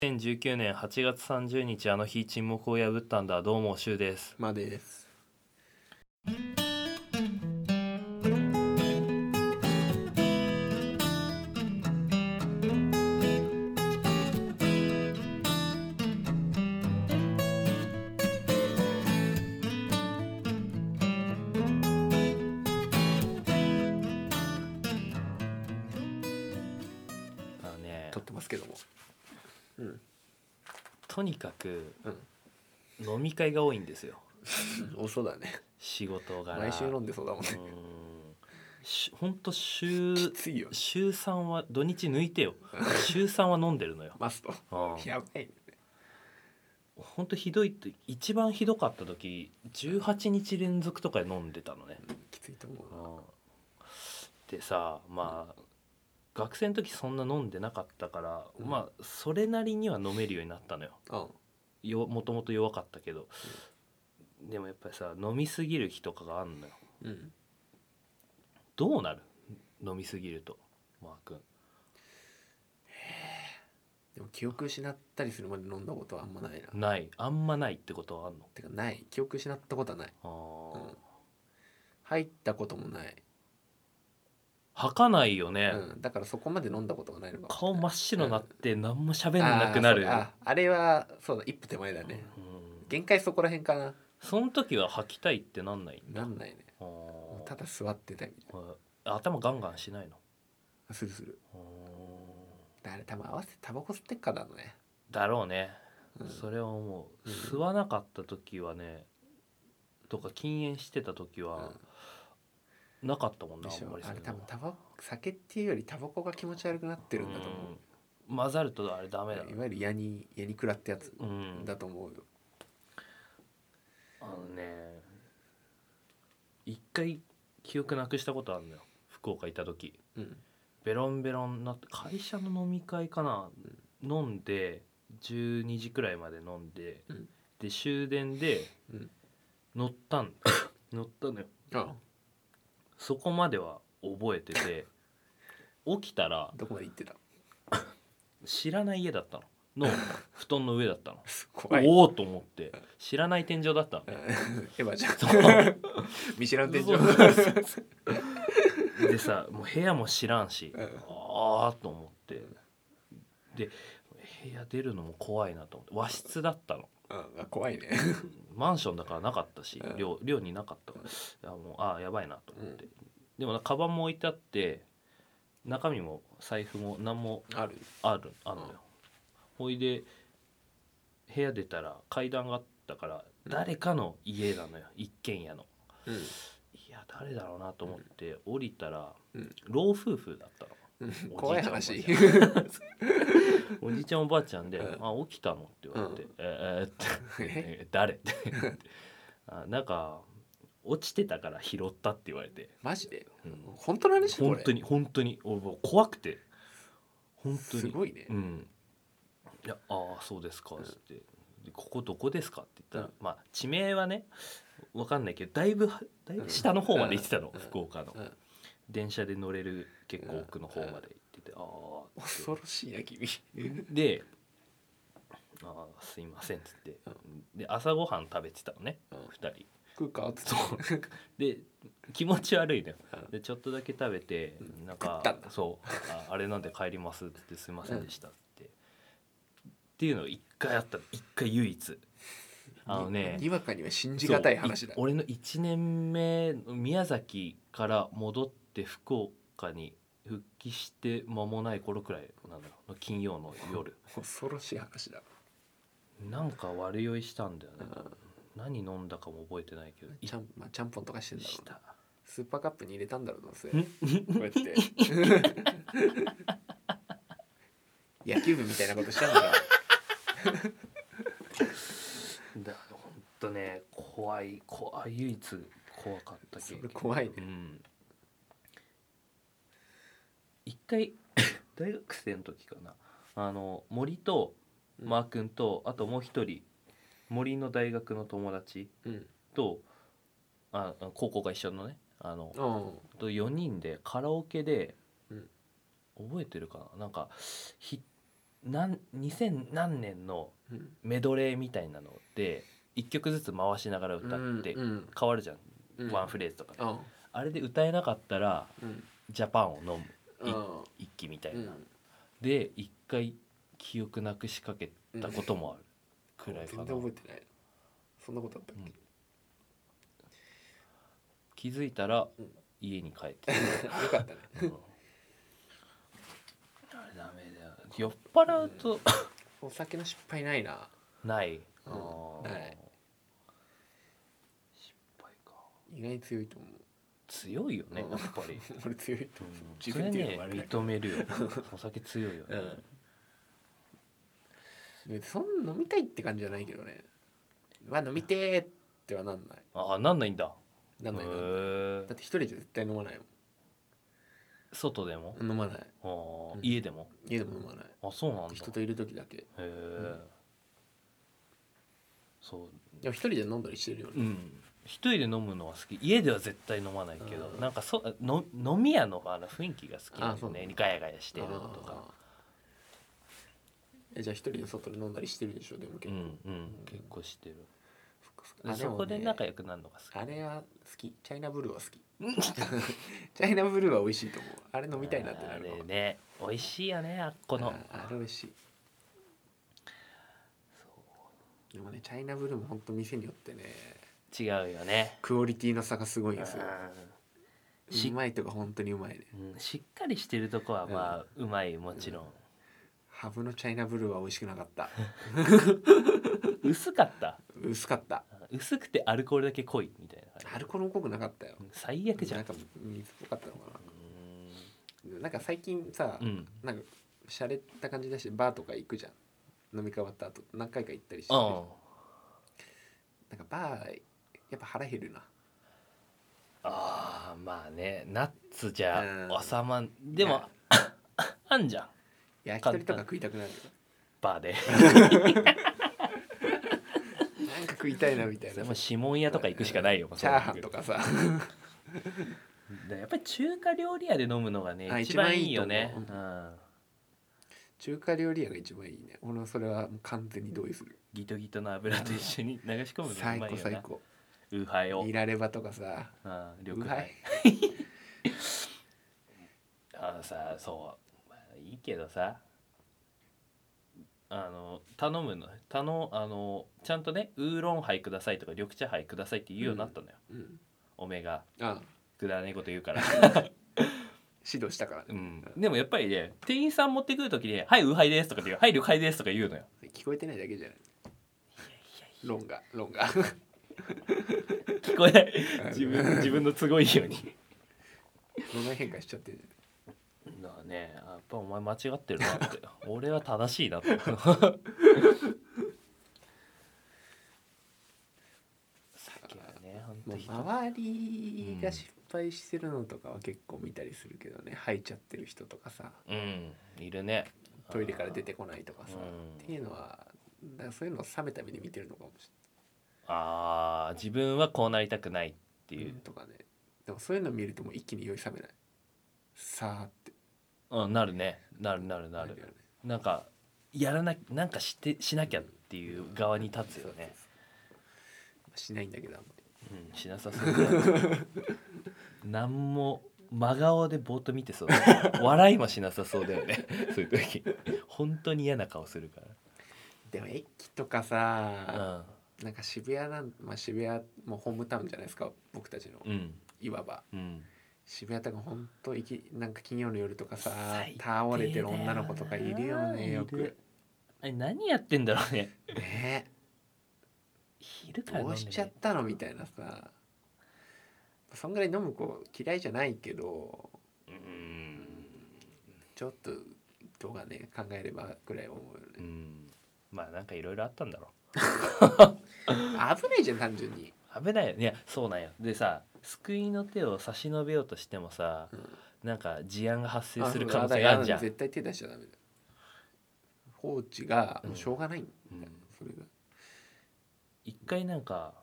2019年8月30日あの日沈黙を破ったんだ。どうもシュウです。 まです。撮ってますけども、 とにかくうん、 飲み会が多いんですよ。 多そうだね。 仕事柄毎週飲んでそうだもんね。 ほんときついよね。 週3は土日抜いてよ。週3は飲んでるのよ。 マスト。やばいね。 ほんとひどいって、一番ひどかった時18日連続とかで飲んでたのね。 きついと思うな。 でさ、まあ学生の時そんな飲んでなかったから、まあそれなりには飲めるようになったのよ。もともと弱かったけど、でもやっぱりさ、飲みすぎる日とかがあんのよ。どうなる？飲みすぎると、マー君。 でも記憶失ったりするまで飲んだことはあんまないな。 あんまないってことはあんの？ てかない。記憶失ったことはない。入ったこともない。 吐かないよね。 だからそこまで飲んだことがないのかも。 顔真っ白になって何も喋んなくなる。 あれはそうだ、一歩手前だね。限界そこら辺かな。 その時は吐きたいってなんないんだ。 なんないね。ただ座ってたみたいな。頭ガンガンしないの？ するする。あれ多分合わせてタバコ吸ってっからだね。 だろうね。それは思う。吸わなかった時はね、とか禁煙してた時はなかったもんな。あんまり。 あれ多分酒っていうよりタバコが気持ち悪くなってるんだと思う。 混ざるとあれダメだ。 いわゆるヤニクラってやつだと思うよ。 一回記憶なくしたことあるのよ、福岡行った時。ベロンベロンになって、会社の飲み会かな、飲んで12時くらいまで飲んで、で終電で乗ったのよ。そこまでは覚えてて、起きたらどこまで行ってた？ 知らない家だったの布団の上だったの。 怖い。 おおと思って、知らない天井だったの。 エヴァじゃん。見知らん天井でさ、もう部屋も知らんし、ああと思って、で部屋出るのも怖いなと思って、和室だったの。 怖いね。 マンションだからなかったし、寮になかったから、もうやばいなと思って、でもカバンも置いてあって、中身も財布も何もあるのよ。ほいで部屋出たら階段があったから、誰かの家なのよ、一軒家の。いや誰だろうなと思って降りたら、老夫婦だったの。 怖い話。 おじいちゃんおばあちゃんで「起きたの?」って言われて「って誰?」ってなんか落ちてたから拾ったって言われて。 マジで？本当の話？ 本当に俺も怖くて、本当にすごいね。 いやそうですかっつって、ここどこですかって言ったら、まあ地名はね分かんないけど、だいぶ下の方まで行ってたの、福岡の電車で乗れる結構奥の方まで行ってて、 恐ろしいな君。 ですいませんっつって、で朝ごはん食べてたのね、2人。 食うかっつって。 で気持ち悪いのよ。でちょっとだけ食べて、なんかそうあれなんで帰りますって言って、すいませんでしたっていうのを一回あったの。一回唯一。 にわかには信じがたい話だ。 俺の1年目宮崎から戻って福岡に復帰して間もない頃くらいなんだろう、金曜の夜。 恐ろしい話だ。 なんか悪酔いしたんだよね。何飲んだかも覚えてないけど、 ちゃんぽんとかしてんだろうな。スーパーカップに入れたんだろう、どうせ。こうやって野球部みたいなことしたんだろほんとね、怖い唯一怖かった経験。 それ怖いね。 一回大学生の時かな、森とマー君と、あともう一人森の大学の友達と、高校が一緒のね、と4人でカラオケで、覚えてるかな、なんか 2000何年のメドレーみたいなので1曲ずつ回しながら歌って変わるじゃん、ワンフレーズとか、あれで歌えなかったら、ジャパンを飲む一気みたいな、で一回記憶なくしかけたこともあるくらいかな。 全然覚えてない。そんなことあったっけ？ 気づいたら家に帰ってよかったね。 あれダメだよ、酔っ払うとお酒の失敗ないな。 ない、 ない。 失敗か。 意外に強いと思う。 強いよね、やっぱり。 俺強いと思う。 それね認めるよ。お酒強いよね。 そんな飲みたいって感じじゃないけどね。飲みてーってはなんない。 なんないんだ。 なんない。だって一人で絶対飲まないもん。 外でも飲まない。 家でも飲まない。 そうなんだ。 人といる時だけ。へえ。そう。 でも一人で飲んだりしてるよね。 一人で飲むのは好き。家では絶対飲まないけど、なんか飲み屋の雰囲気が好きなんだよね。ガヤガヤしてるのとか。 じゃあ一人で外で飲んだりしてるでしょ。でも結構結構してる。そこで仲良くなるのが好き。 あれは好き。チャイナブルーは好き。チャイナブルーは美味しいと思う。あれ飲みたいなってなるの。 あれね、美味しいよね、あっこの。 あれ美味しい。でもね、チャイナブルーも本当店によってね、 違うよね。 クオリティの差がすごいんですよ。うまいとか本当にうまいね。 しっかりしてるとこはまあうまい、もちろん。 ハブのチャイナブルーは美味しくなかった。 薄かった。 薄かった。 薄くてアルコールだけ濃いみたいな。 アルコールも濃くなかったよ。 最悪じゃん。 なんか水っぽかったのかな。なんか最近さ、なんか洒落た感じだし、バーとか行くじゃん。飲み変わった後何回か行ったりして、なんかバーやっぱ腹減るな。 まあね、ナッツじゃ収まん。でもあんじゃん。 焼き鳥とか食いたくなるよ。 バーでなんか食いたいなみたいな。 指紋屋とか行くしかないよ。 チャーハンとかさ。 やっぱり中華料理屋で飲むのがね一番いいよね。 中華料理屋が一番いいね。俺はそれはもう完全に同意する。 ギトギトの油と一緒に流し込むのうまいよな。 最高最高。 ウーハイをニラレバとかさ。 ウーハイさ、そうまあいいけどさ、頼むのちゃんとね、ウーロンハイくださいとか緑茶ハイくださいって言うようになったのよ。おめがくだらないこと言うから指導したから、 でもやっぱりね、店員さん持ってくる時に「はいウーハイです」とか言う「はい緑ハイです」とか言うのよ。 聞こえてないだけじゃない。論が聞こえない自分の都合いいように論外変化しちゃってる。 だからね、やっぱお前間違ってるなって俺は正しいなって酒はね、本当周りが失敗してるのとかは結構見たりするけどね、吐いちゃってる人とかさ、 いるね。 トイレから出てこないとかさ、っていうのはだからそういうのを冷めた目で見てるのかもしれない。自分はこうなりたくないっていう、 とかね。でもそういうの見るともう一気に酔い冷めない。さあって。 なるね。なる、なんかなんかしなきゃっていう側に立つよね。 しないんだけど、あんまりしなさそうだよなんも真顔でぼーっと見てそう笑いもしなさそうだよねそういう時本当に嫌な顔するから。 でも駅とかさ、なんか渋谷渋谷もホームタウンじゃないですか、僕たちの、いわば、渋谷とか本当なんか金曜の夜とかさ、倒れてる女の子とかいるよね、よく。 あれ何やってんだろうね。 ね、 昼からどうしちゃったのみたいなさ。そんぐらい飲む子嫌いじゃないけど、ちょっとどうかね考えればくらい思うよね。 まあなんかいろいろあったんだろう危ないじゃん、単純に。 危ないよ。いやそうなんよ。でさ、救いの手を差し伸べようとしてもさ、なんか事案が発生する可能性があるじゃん。 絶対手出しちゃダメだよ。放置がもうしょうがないんだよ、それが。 一回なんか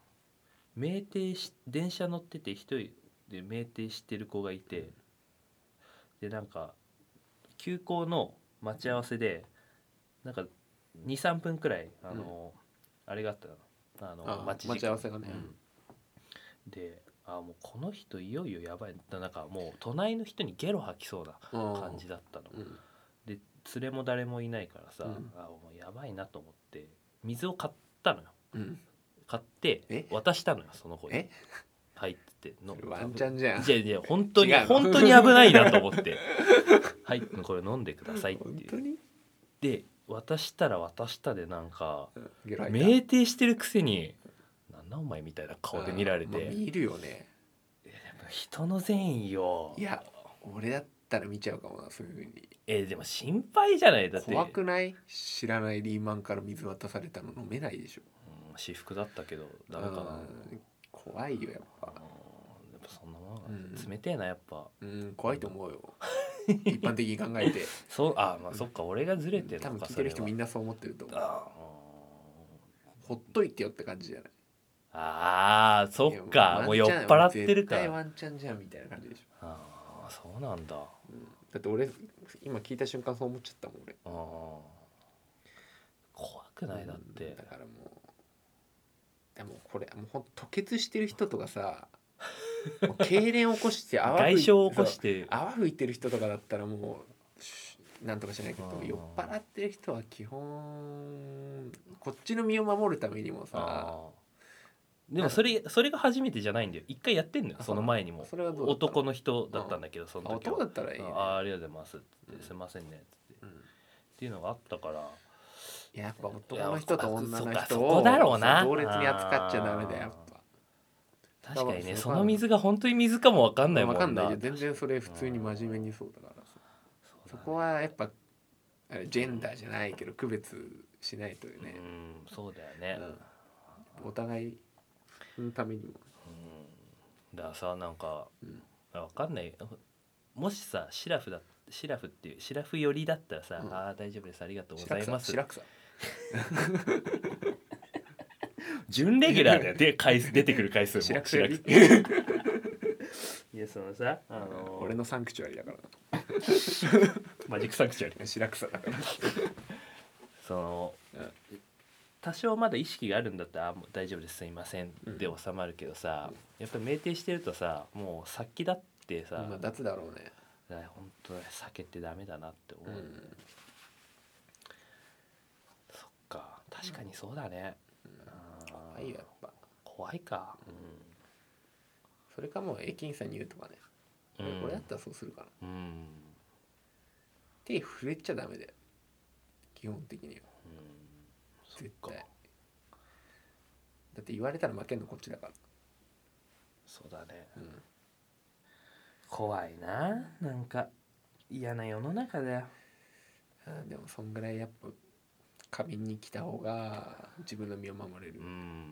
電車乗ってて一人で酩酊してる子がいて、でなんか急行の待ち合わせでなんか 2,3 分くらいあれがあったの待ち合わせがね、 でもうこの人いよいよやばい、なんかもう隣の人にゲロ吐きそうな感じだったの、で連れも誰もいないからさ、もうやばいなと思って水を買ったのよ、買って渡したのよその子に。入ってのワンチャンじゃん。 いや本当に危ないなと思ってはいこれ飲んでくださいっていう。 本当にで渡したら渡したでなんか酩酊してるくせになんだお前みたいな顔で見られて、 見るよね。 人の善意よ。 いや俺だったら見ちゃうかもな、そういう風に。 でも心配じゃない。だって怖くない？知らないリーマンから水渡されたの飲めないでしょ。 私服だったけどダメかな。 怖いよやっぱ。 やっぱそんなもの冷てえなやっぱ。 怖いと思うよ一般的に考えて。 そうまあそっか俺がずれてるのか。 多分聞いてる人みんなそう思ってると思う。ほっといてよって感じじゃない？ そっか、もう酔っ払ってるから。 絶対ワンチャンじゃんみたいな感じでしょ。 そうなんだ。 だって俺今聞いた瞬間そう思っちゃったもん俺。 怖くないだって。 だからもうでもこれもうほんと吐血してる人とかさ痙攣起こして外傷を起こして泡吹いてる人とかだったらもうなんとかしないけど、酔っ払ってる人は基本こっちの身を守るためにもさ。 でもそれが初めてじゃないんだよ。一回やってんのよその前にも。 それはどう男の人だったんだけど、その時は男だったらいいね。 ありがとうございますってすいませんねっていうのがあったから。 やっぱ男の人と女の人を同列に扱っちゃダメだよやっぱ。確かにね、その水が本当に水かも分かんないもんな。 分かんないよ全然。それ普通に真面目にそうだからさ、そこはやっぱジェンダーじゃないけど区別しないとね。 そうだよね、 お互いのためにも。 だからさなんか分かんない。もしさシラフっていうシラフ寄りだったらさ、大丈夫ですありがとうございます。 白草準レギュラーだよで出てくる回数も白草寄りいやそのさ俺のサンクチュアリだからマジックサンクチュアリ白草だからその多少まだ意識があるんだったら大丈夫ですすいませんで収まるけどさ、やっぱ酩酊してるとさもう殺気だってさ、 脱だろうね。 本当酒ってダメだなって思う、そっか確かにそうだね、 怖いよやっぱ。 怖いか、 それかもう駅員さんに言うとかね、俺だったらそうするかな、手触れちゃダメだよ基本的には、絶対だって言われたら負けんのこっちだから。 そうだね、怖いな、なんか嫌な世の中だよ。 でもそんぐらいやっぱ過敏に来た方が自分の身を守れる。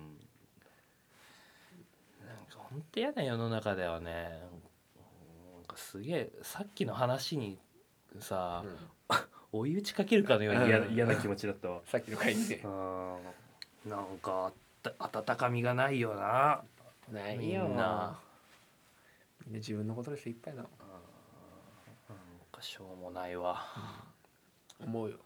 なんかほんと嫌な世の中だよね。なんかすげえさっきの話にさ、追い打ちかけるかのように嫌な気持ちだったわ。 さっきの回にね。 なんか温かみがないよな。 ないよな。みんな自分のことで精一杯なの。なんかしょうもないわ、 思うよ。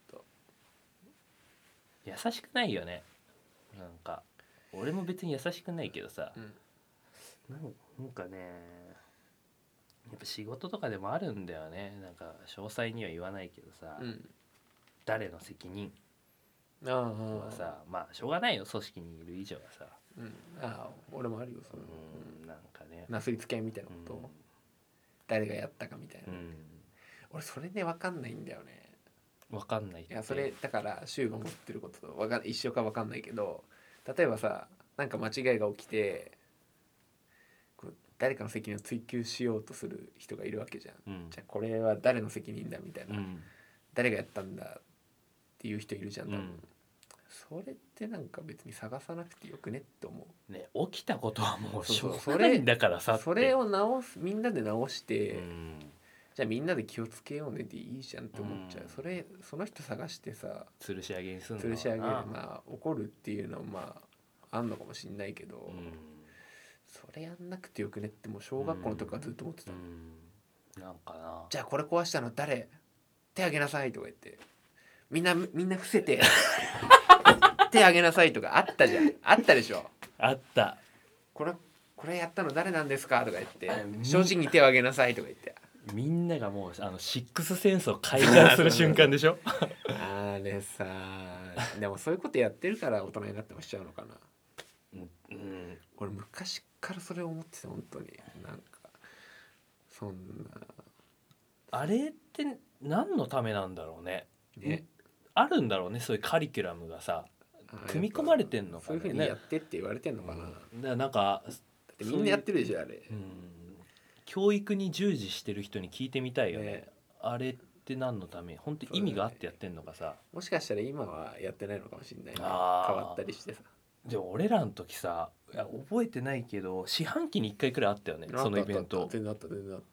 優しくないよね。なんか俺も別に優しくないけどさ、なんかねやっぱ仕事とかでもあるんだよね。なんか詳細には言わないけどさ、誰の責任はさ、まあしょうがないよ組織にいる以上はさ、 俺もあるよそれ。 なんかねなすりつけみたいなこと、誰がやったかみたいな、俺それね分かんないんだよね。 分かんないって。 いやそれだから柊が思ってることと一緒か分かんないけど、例えばさなんか間違いが起きて誰かの責任を追及しようとする人がいるわけじゃん、じゃあこれは誰の責任だみたいな、誰がやったんだっていう人いるじゃん多分、それってなんか別に探さなくてよくねって思うね。起きたことはもうしょうがないんだからさって。 それをみんなで直して、じゃあみんなで気をつけようねでいいじゃんって思っちゃう、その人探してさ吊るし上げにすんの吊るし上げでまあ怒るっていうのはまああんのかもしんないけど、それやんなくてよくねってもう小学校の時からずっと思ってた、 なんかな。 じゃあこれ壊したの誰手挙げなさいとか言ってみんな伏せて手あげなさいとかあったじゃん。あったでしょ。 あった。 これやったの誰なんですかとか言って正直に手をあげなさいとか言って、 みんながもうシックスセンスを開花する瞬間でしょあれさ、でもそういうことやってるから大人になってもしちゃうのかな。うん、俺昔からそれを思ってた。本当になんかそんな、 あれって何のためなんだろうね。あるんだろうね、そういうカリキュラムがさ組み込まれてんのかね。 そういう風にやってって言われてんのかな。だからなんかだってみんなやってるでしょあれ。 教育に従事してる人に聞いてみたいよね。あれって何のため、本当に意味があってやってんのかさ。 もしかしたら今はやってないのかもしれないね。変わったりしてさ。 でも俺らの時さ、覚えてないけど四半期に1回くらいあったよね、そのイベント。 全然あった。みんな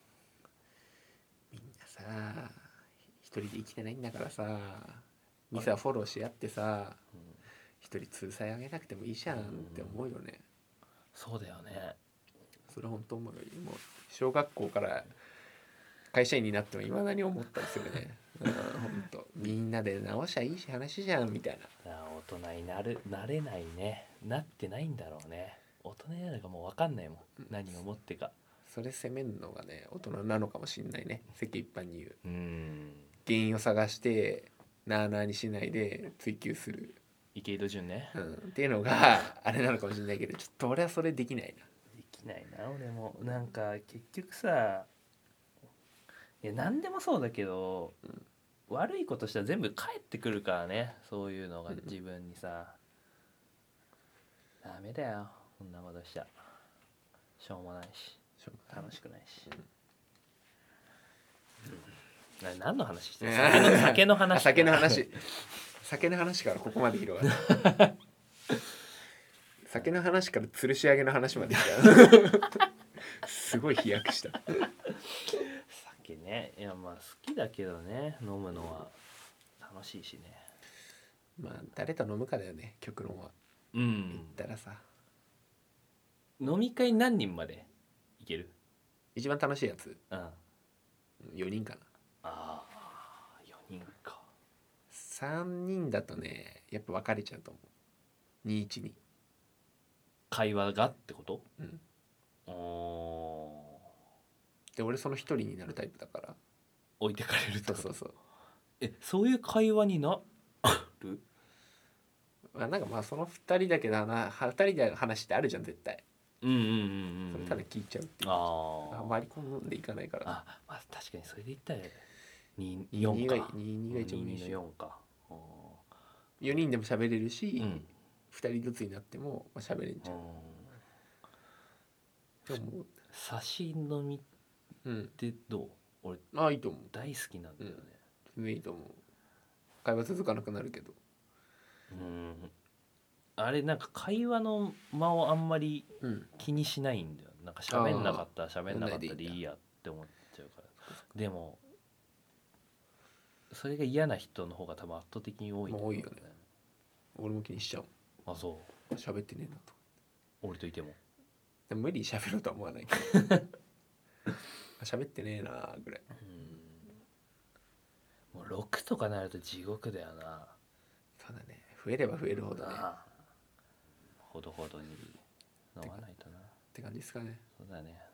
さ一人で生きてないんだからさ、ミサフォローし合ってさ、一人通さえあげなくてもいいじゃんって思うよね。 そうだよね。 それは本当思うよ。もう小学校から会社員になってもいまだに思ったりするね。本当みんなで直しゃいいし話じゃんみたいな。 大人になれないね。なってないんだろうね。大人になるかもう分かんないもん、何を思ってか。 それ責めるのがね大人なのかもしれないね。世間一般に言う。原因を探してなあなあにしないで追求する池井戸潤ね、 っていうのがあれなのかもしれないけど、ちょっと俺はそれできないな。 できないな俺も。なんか結局さ、いや何でもそうだけど、悪いことしたら全部返ってくるからね、そういうのが自分にさ、ダメだよこんなことしちゃ。しょうもないし楽しくないし、何の話してる？酒の話酒の話からここまで広がる酒の話から吊るし上げの話まで来たすごい飛躍した。 酒ね、いやまあ好きだけどね、飲むのは楽しいしね。 まあ誰と飲むかだよね、極論は。言ったらさ、 飲み会何人までいける？ 一番楽しいやつ、4人かな。 ああ、4人か。 3人だとねやっぱ分かれちゃうと思う。212 会話がってこと？ で俺その一人になるタイプだから。 置いてかれると。 そうそういう会話になる？ なんかまあその2人だけど2人で話ってあるじゃん絶対。それただ聞いちゃうっていう。割り込んでいかないから。 まあ確かにそれで言ったら4か。 22が一番いいし。 4か。 4人でも喋れるし、2人ずつになっても喋れんじゃん。でも差し飲みってどう？ 俺いいと思う。 大好きなんだよね。 全然いいと思う。会話続かなくなるけど。 あれなんか会話の間をあんまり気にしないんだよ。なんか喋んなかったら喋んなかったでいいやって思っちゃうから。でもそれが嫌な人の方が多分圧倒的に多いと思う。 多いよね。俺も気にしちゃう。 あ、そう。 喋ってねえなと。 俺といても。 でも無理に喋ろうとは思わないけど。喋ってねえなぐらい。 もう6とかなると地獄だよな。 そうだね。増えれば増えるほどね。 ほどほどに飲まないとな。 って感じですかね。 そうだね。